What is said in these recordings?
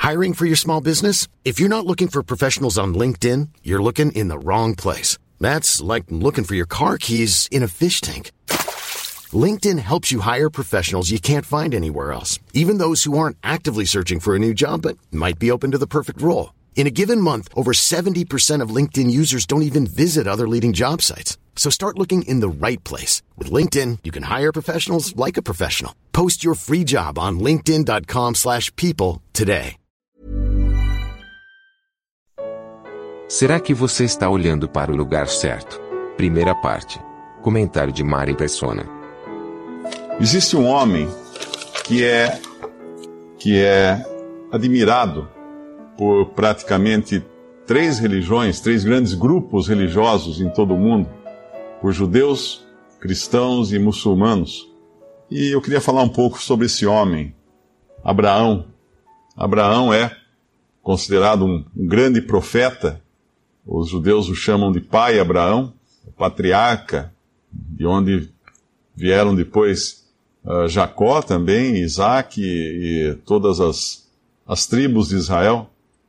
Hiring for your small business? If you're not looking for professionals on LinkedIn, you're looking in the wrong place. That's like looking for your car keys in a fish tank. LinkedIn helps you hire professionals you can't find anywhere else, even those who aren't actively searching for a new job but might be open to the perfect role. In a given month, over 70% of LinkedIn users don't even visit other leading job sites. So start looking in the right place. With LinkedIn, you can hire professionals like a professional. Post your free job on linkedin.com/people today. Será que você está olhando para o lugar certo? Primeira parte. Comentário de Mari Persona. Existe um homem que é admirado por praticamente 3 religiões, 3 grandes grupos religiosos em todo o mundo, por judeus, cristãos e muçulmanos. E eu queria falar um pouco sobre esse homem, Abraão. Abraão é considerado um grande profeta. Os judeus o chamam de pai Abraão, o patriarca, de onde vieram depois Jacó também, Isaac e todas as tribos de Israel.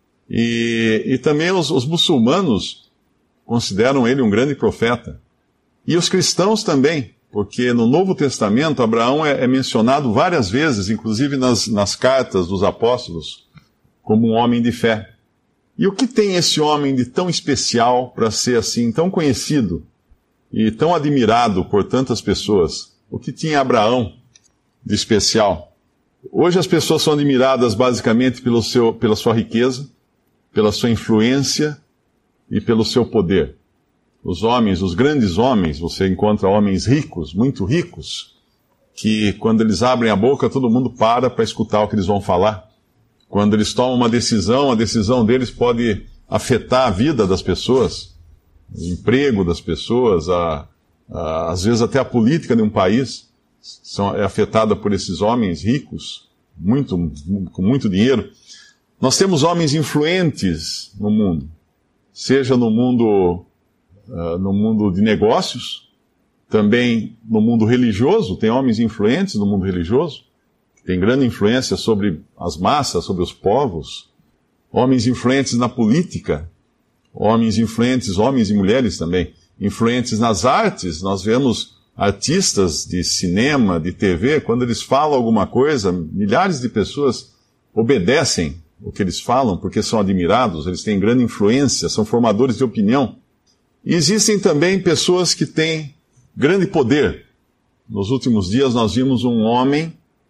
E também os muçulmanos consideram ele um grande profeta. E os cristãos também, porque no Novo Testamento Abraão é mencionado várias vezes, inclusive nas cartas dos apóstolos, como um homem de fé. E o que tem esse homem de tão especial para ser assim, tão conhecido e tão admirado por tantas pessoas? O que tinha Abraão de especial? Hoje as pessoas são admiradas basicamente pela sua riqueza, pela sua influência e pelo seu poder. Os homens, os grandes homens, você encontra homens ricos, muito ricos, que quando eles abrem a boca todo mundo para escutar o que eles vão falar. Quando eles tomam uma decisão, a decisão deles pode afetar a vida das pessoas, o emprego das pessoas, às vezes até a política de um país é afetada por esses homens ricos, com muito dinheiro. Nós temos homens influentes no mundo, seja no mundo de negócios, também no mundo religioso, tem homens influentes no mundo religioso, tem grande influência sobre as massas, sobre os povos, homens influentes na política, homens influentes, homens e mulheres também, influentes nas artes. Nós vemos artistas de cinema, de TV, quando eles falam alguma coisa, milhares de pessoas obedecem o que eles falam, porque são admirados, eles têm grande influência, são formadores de opinião. E existem também pessoas que têm grande poder. Nos últimos dias nós vimos um homem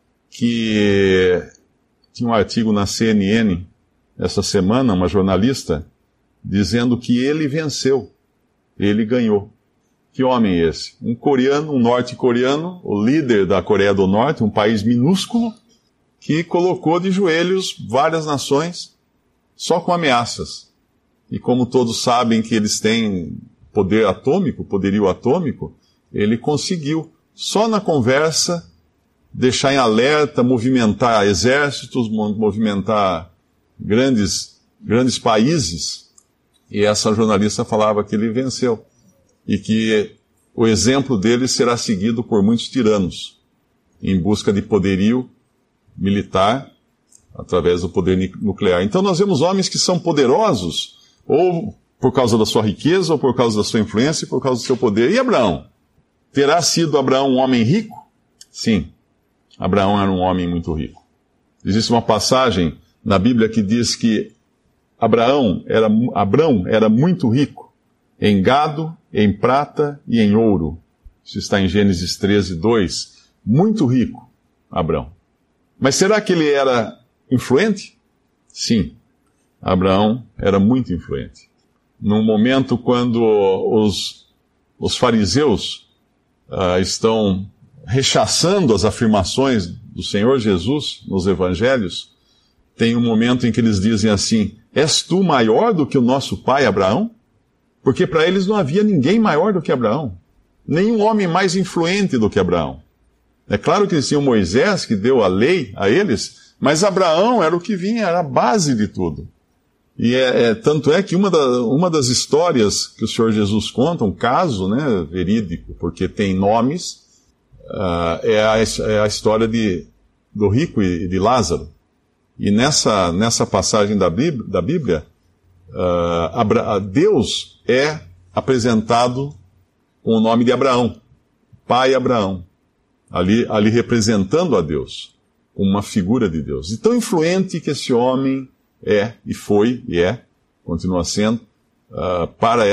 que tinha um artigo na CNN essa semana, uma jornalista, dizendo que ele venceu, ele ganhou. Que homem é esse? Um coreano, um norte-coreano, o líder da Coreia do Norte, um país minúsculo, que colocou de joelhos várias nações só com ameaças. E como todos sabem que eles têm poder atômico, poderio atômico, ele conseguiu, só na conversa, deixar em alerta, movimentar exércitos, movimentar grandes países. E essa jornalista falava que ele venceu. E que o exemplo dele será seguido por muitos tiranos, em busca de poderio militar, através do poder nuclear. Então nós vemos homens que são poderosos, ou por causa da sua riqueza, ou por causa da sua influência, e por causa do seu poder. E Abraão? Terá sido Abraão um homem rico? Sim, Abraão era um homem muito rico. Existe uma passagem na Bíblia que diz que Abrão era muito rico em gado, em prata e em ouro. Isso está em Gênesis 13:2. Muito rico, Abrão. Mas será que ele era influente? Sim, Abraão era muito influente. Num momento quando os fariseus estão rechaçando as afirmações do Senhor Jesus nos evangelhos, tem um momento em que eles dizem assim: és tu maior do que o nosso pai Abraão? Porque para eles não havia ninguém maior do que Abraão. Nenhum homem mais influente do que Abraão. É claro que eles tinham Moisés, que deu a lei a eles, mas Abraão era o que vinha, era a base de tudo. E tanto é que uma das histórias que o Senhor Jesus conta, um caso, né, verídico, porque tem nomes, é a história do rico e de Lázaro. E nessa passagem da Bíblia, Deus é apresentado com o nome de Abraão, pai Abraão, ali representando a Deus, como uma figura de Deus. E tão influente que esse homem é, e foi, e continua sendo, para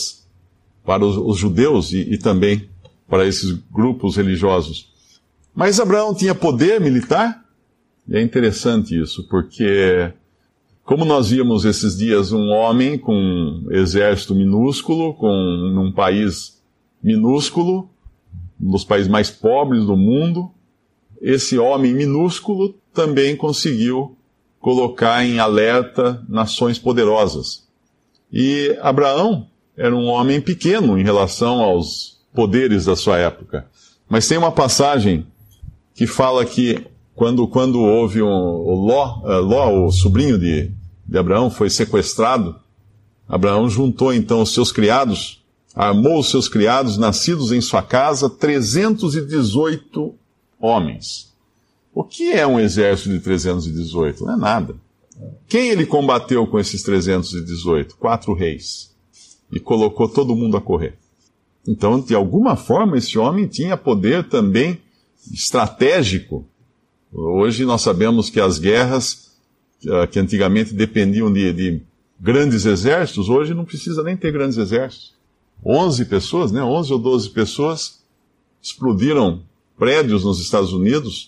os judeus e também para esses grupos religiosos. Mas Abraão tinha poder militar, e é interessante isso, porque, como nós vimos esses dias, um homem com um exército minúsculo, num país minúsculo, um dos países mais pobres do mundo, esse homem minúsculo também conseguiu colocar em alerta nações poderosas. E Abraão era um homem pequeno em relação aos poderes da sua época. Mas tem uma passagem que fala que quando houve Ló, o sobrinho de Abraão, foi sequestrado, Abraão juntou então os seus criados, armou os seus criados, nascidos em sua casa, 318 homens. O que é um exército de 318? Não é nada. Quem ele combateu com esses 318? 4 reis. E colocou todo mundo a correr. Então, de alguma forma, esse homem tinha poder também estratégico. Hoje nós sabemos que as guerras, que antigamente dependiam de grandes exércitos, hoje não precisa nem ter grandes exércitos. 11 pessoas, 11 ou 12 pessoas explodiram prédios nos Estados Unidos,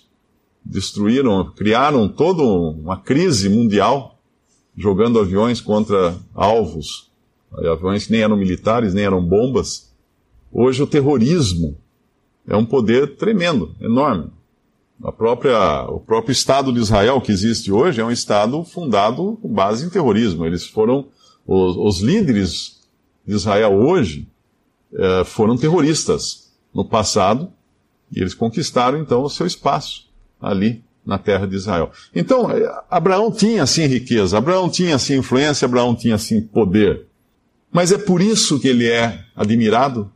criaram toda uma crise mundial, jogando aviões contra alvos, aviões que nem eram militares, nem eram bombas. Hoje o terrorismo é um poder tremendo, enorme. O próprio Estado de Israel que existe hoje é um Estado fundado com base em terrorismo. Eles foram, os líderes de Israel hoje foram terroristas no passado, e eles conquistaram então o seu espaço ali na terra de Israel. Então, Abraão tinha sim riqueza, Abraão tinha sim influência, Abraão tinha sim poder. Mas é por isso que ele é admirado?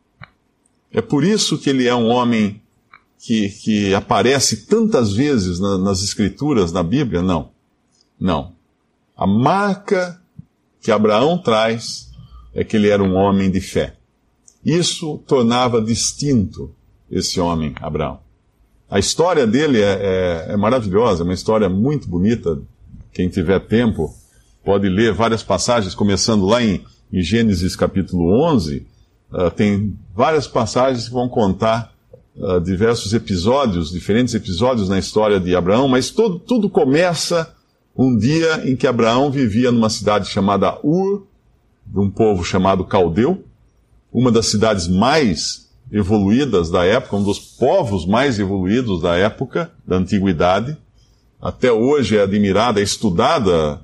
É por isso que ele é um homem que aparece tantas vezes nas Escrituras, na Bíblia? Não. Não. A marca que Abraão traz é que ele era um homem de fé. Isso tornava distinto esse homem, Abraão. A história dele é maravilhosa, é uma história muito bonita. Quem tiver tempo pode ler várias passagens, começando lá em Gênesis capítulo 11, tem várias passagens que vão contar diversos episódios, diferentes episódios na história de Abraão, mas tudo começa um dia em que Abraão vivia numa cidade chamada Ur, de um povo chamado Caldeu, uma das cidades mais evoluídas da época, um dos povos mais evoluídos da época, da antiguidade. Até hoje é admirada, é estudada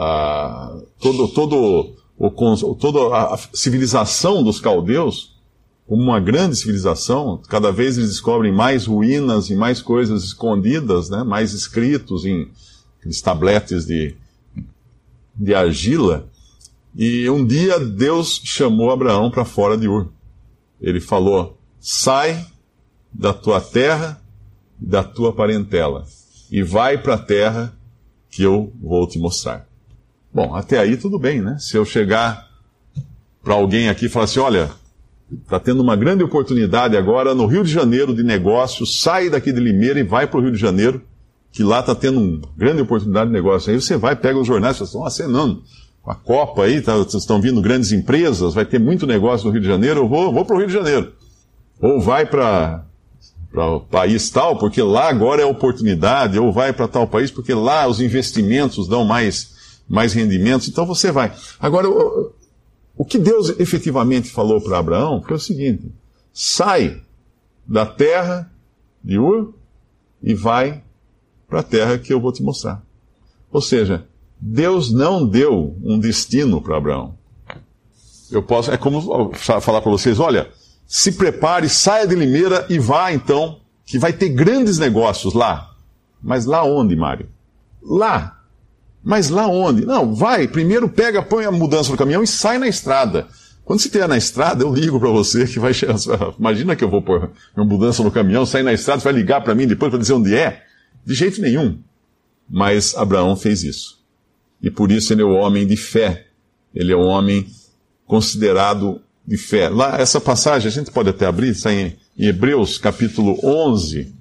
toda a civilização dos caldeus como uma grande civilização. Cada vez eles descobrem mais ruínas e mais coisas escondidas, mais escritos em tabletes de argila. E um dia Deus chamou Abraão para fora de Ur. Ele falou: sai da tua terra e da tua parentela e vai para a terra que eu vou te mostrar. Bom, até aí tudo bem, né? Se eu chegar para alguém aqui e falar assim: olha, está tendo uma grande oportunidade agora no Rio de Janeiro de negócio, sai daqui de Limeira e vai para o Rio de Janeiro, que lá está tendo uma grande oportunidade de negócio. Aí você vai, pega os jornais e fala: estão acenando com a Copa aí, estão vindo grandes empresas, vai ter muito negócio no Rio de Janeiro, eu vou para o Rio de Janeiro. Ou vai para o país tal, porque lá agora é oportunidade, ou vai para tal país, porque lá os investimentos dão mais rendimentos, então você vai. Agora, o que Deus efetivamente falou para Abraão foi o seguinte: sai da terra de Ur e vai para a terra que eu vou te mostrar. Ou seja, Deus não deu um destino para Abraão. É como falar para vocês: olha, se prepare, saia de Limeira e vá então, que vai ter grandes negócios lá. Mas lá onde, Mário? Lá. Mas lá onde? Não, vai, primeiro põe a mudança no caminhão e sai na estrada. Quando você estiver na estrada, eu ligo para você que vai chegar. Imagina que eu vou pôr uma mudança no caminhão, sair na estrada, você vai ligar para mim depois para dizer onde é? De jeito nenhum. Mas Abraão fez isso. E por isso ele é o homem de fé. Ele é um homem considerado de fé. Lá, essa passagem, a gente pode até abrir, está em Hebreus capítulo 11.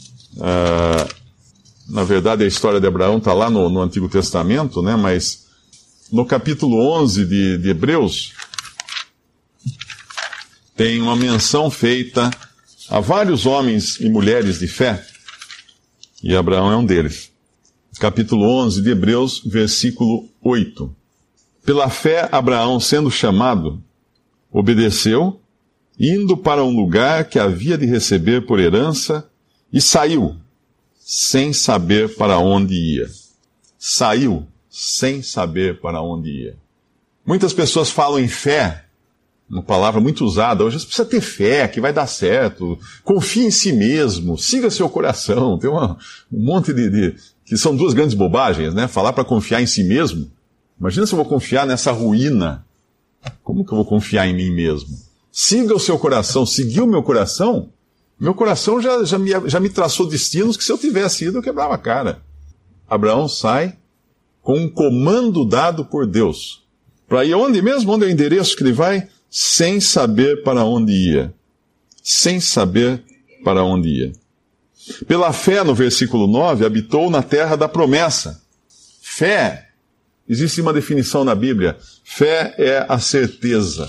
Na verdade, a história de Abraão está lá no Antigo Testamento, né? Mas no capítulo 11 de Hebreus, tem uma menção feita a vários homens e mulheres de fé, e Abraão é um deles. Capítulo 11 de Hebreus, versículo 8. Pela fé, Abraão, sendo chamado, obedeceu, indo para um lugar que havia de receber por herança, e saiu, sem saber para onde ia. Saiu, sem saber para onde ia. Muitas pessoas falam em fé, uma palavra muito usada hoje. Você precisa ter fé, que vai dar certo. Confie em si mesmo, siga seu coração. Tem um monte que são duas grandes bobagens, né? Falar para confiar em si mesmo. Imagina se eu vou confiar nessa ruína. Como que eu vou confiar em mim mesmo? Siga o seu coração. Seguir o meu coração já me traçou destinos que, se eu tivesse ido, eu quebrava a cara. Abraão sai com um comando dado por Deus. Para ir onde mesmo? Onde é o endereço que ele vai? Sem saber para onde ia. Sem saber para onde ia. Pela fé, no versículo 9, habitou na terra da promessa. Fé, existe uma definição na Bíblia. Fé é a certeza.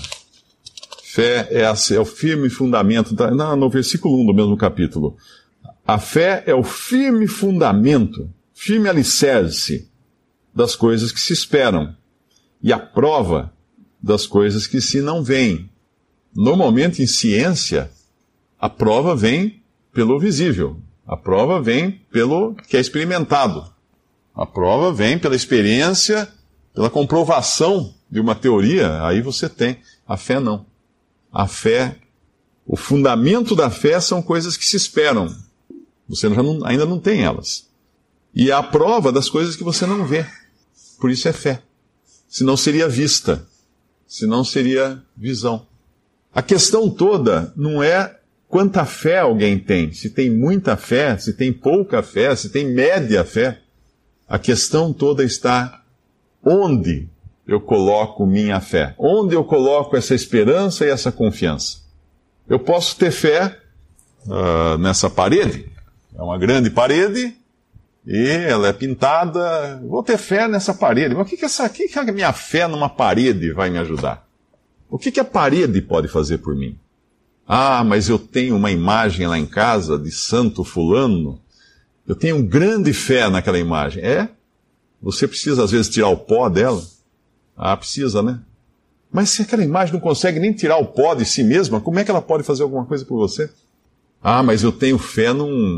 Fé é o firme fundamento. No versículo 1 do mesmo capítulo. A fé é o firme fundamento, firme alicerce das coisas que se esperam. E a prova das coisas que se não veem. Normalmente, em ciência, a prova vem pelo visível. A prova vem pelo que é experimentado. A prova vem pela experiência, pela comprovação de uma teoria. Aí você tem. A fé não. A fé, o fundamento da fé são coisas que se esperam. Você ainda não tem elas. E a prova das coisas que você não vê. Por isso é fé. Senão seria vista. Senão seria visão. A questão toda não é quanta fé alguém tem. Se tem muita fé, se tem pouca fé, se tem média fé. A questão toda está onde eu coloco minha fé. Onde eu coloco essa esperança e essa confiança. Eu posso ter fé nessa parede. É uma grande parede e ela é pintada. Vou ter fé nessa parede. Mas o que a minha fé numa parede vai me ajudar? O que a parede pode fazer por mim? Ah, mas eu tenho uma imagem lá em casa de santo fulano. Eu tenho grande fé naquela imagem. Você precisa às vezes tirar o pó dela? Ah, precisa, né? Mas se aquela imagem não consegue nem tirar o pó de si mesma, como é que ela pode fazer alguma coisa por você? Ah, mas eu tenho fé num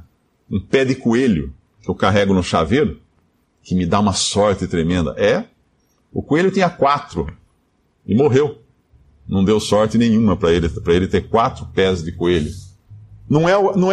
pé de coelho que eu carrego no chaveiro, que me dá uma sorte tremenda. O coelho tinha 4 e morreu. Não deu sorte nenhuma para ele ter 4 pés de coelho. Não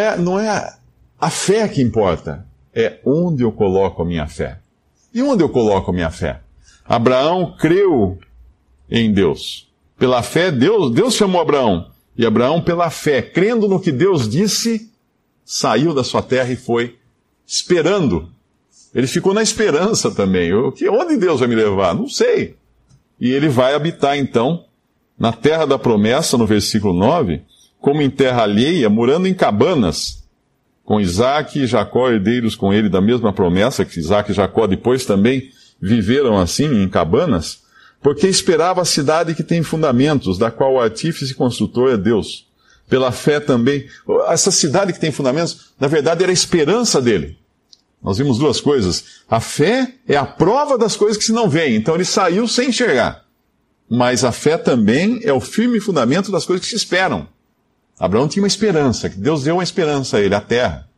é a fé que importa, é onde eu coloco a minha fé. E onde eu coloco a minha fé? Abraão creu em Deus. Pela fé, Deus chamou Abraão. E Abraão, pela fé, crendo no que Deus disse, saiu da sua terra e foi esperando. Ele ficou na esperança também. Onde Deus vai me levar? Não sei. E ele vai habitar, então, na terra da promessa, no versículo 9, como em terra alheia, morando em cabanas, com Isaac e Jacó, herdeiros com ele da mesma promessa, que Isaac e Jacó depois também viveram assim, em cabanas, porque esperava a cidade que tem fundamentos, da qual o artífice e construtor é Deus. Pela fé também, essa cidade que tem fundamentos, na verdade era a esperança dele. Nós vimos 2 coisas. A fé é a prova das coisas que se não veem. Então ele saiu sem enxergar. Mas a fé também é o firme fundamento das coisas que se esperam. Abraão tinha uma esperança, que Deus deu uma esperança a ele, a terra.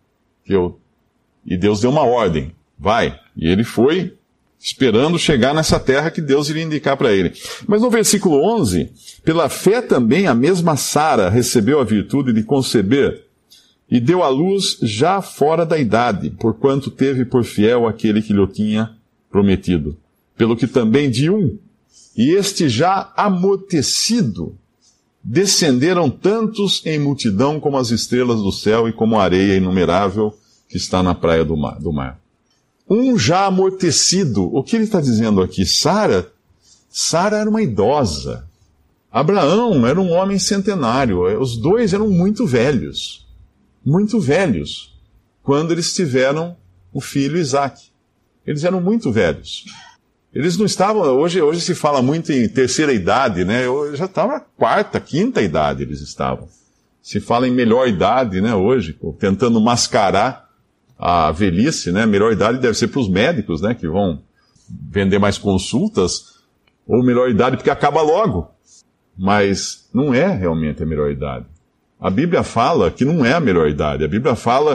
E Deus deu uma ordem, vai. E ele foi esperando chegar nessa terra que Deus iria indicar para ele. Mas no versículo 11, pela fé também a mesma Sara recebeu a virtude de conceber e deu à luz já fora da idade, porquanto teve por fiel aquele que lhe tinha prometido. Pelo que também de um, e este já amortecido, descenderam tantos em multidão como as estrelas do céu e como a areia inumerável que está na praia do mar. um já amortecido. O que ele está dizendo aqui? Sara era uma idosa. Abraão era um homem centenário. Os dois eram muito velhos, quando eles tiveram o filho Isaque. Eles eram muito velhos. Eles não estavam, hoje se fala muito em terceira idade, né? Já estava na quarta, quinta idade eles estavam. Se fala em melhor idade, né, hoje, tentando mascarar a velhice, né? Melhor idade deve ser para os médicos, né, que vão vender mais consultas, ou melhor idade porque acaba logo. Mas não é realmente a melhor idade. A Bíblia fala que não é a melhor idade. A Bíblia fala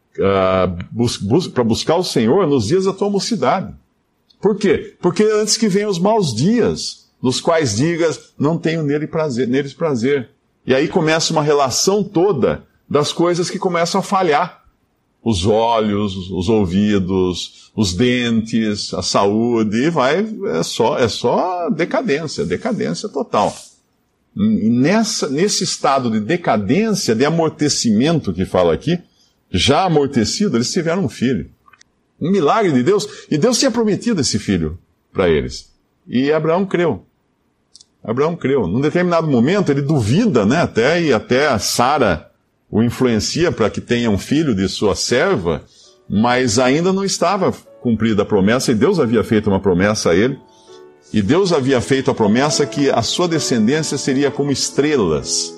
para buscar o Senhor nos dias da tua mocidade. Por quê? Porque antes que venham os maus dias, nos quais digas, não tenho neles prazer. E aí começa uma relação toda das coisas que começam a falhar. Os olhos, os ouvidos, os dentes, a saúde, é só decadência total. E nesse estado de decadência, de amortecimento que fala aqui, já amortecido, eles tiveram um filho. Um milagre de Deus. E Deus tinha prometido esse filho para eles. E Abraão creu. Num determinado momento, ele duvida, né? Até Sara o influencia para que tenha um filho de sua serva, mas ainda não estava cumprida a promessa, e Deus havia feito uma promessa a ele. E Deus havia feito a promessa que a sua descendência seria como estrelas.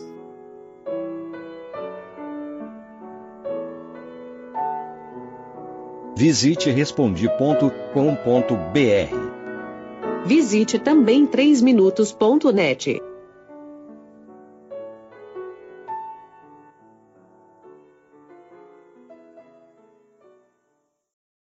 Visite Respondi.com.br. Visite também 3minutos.net.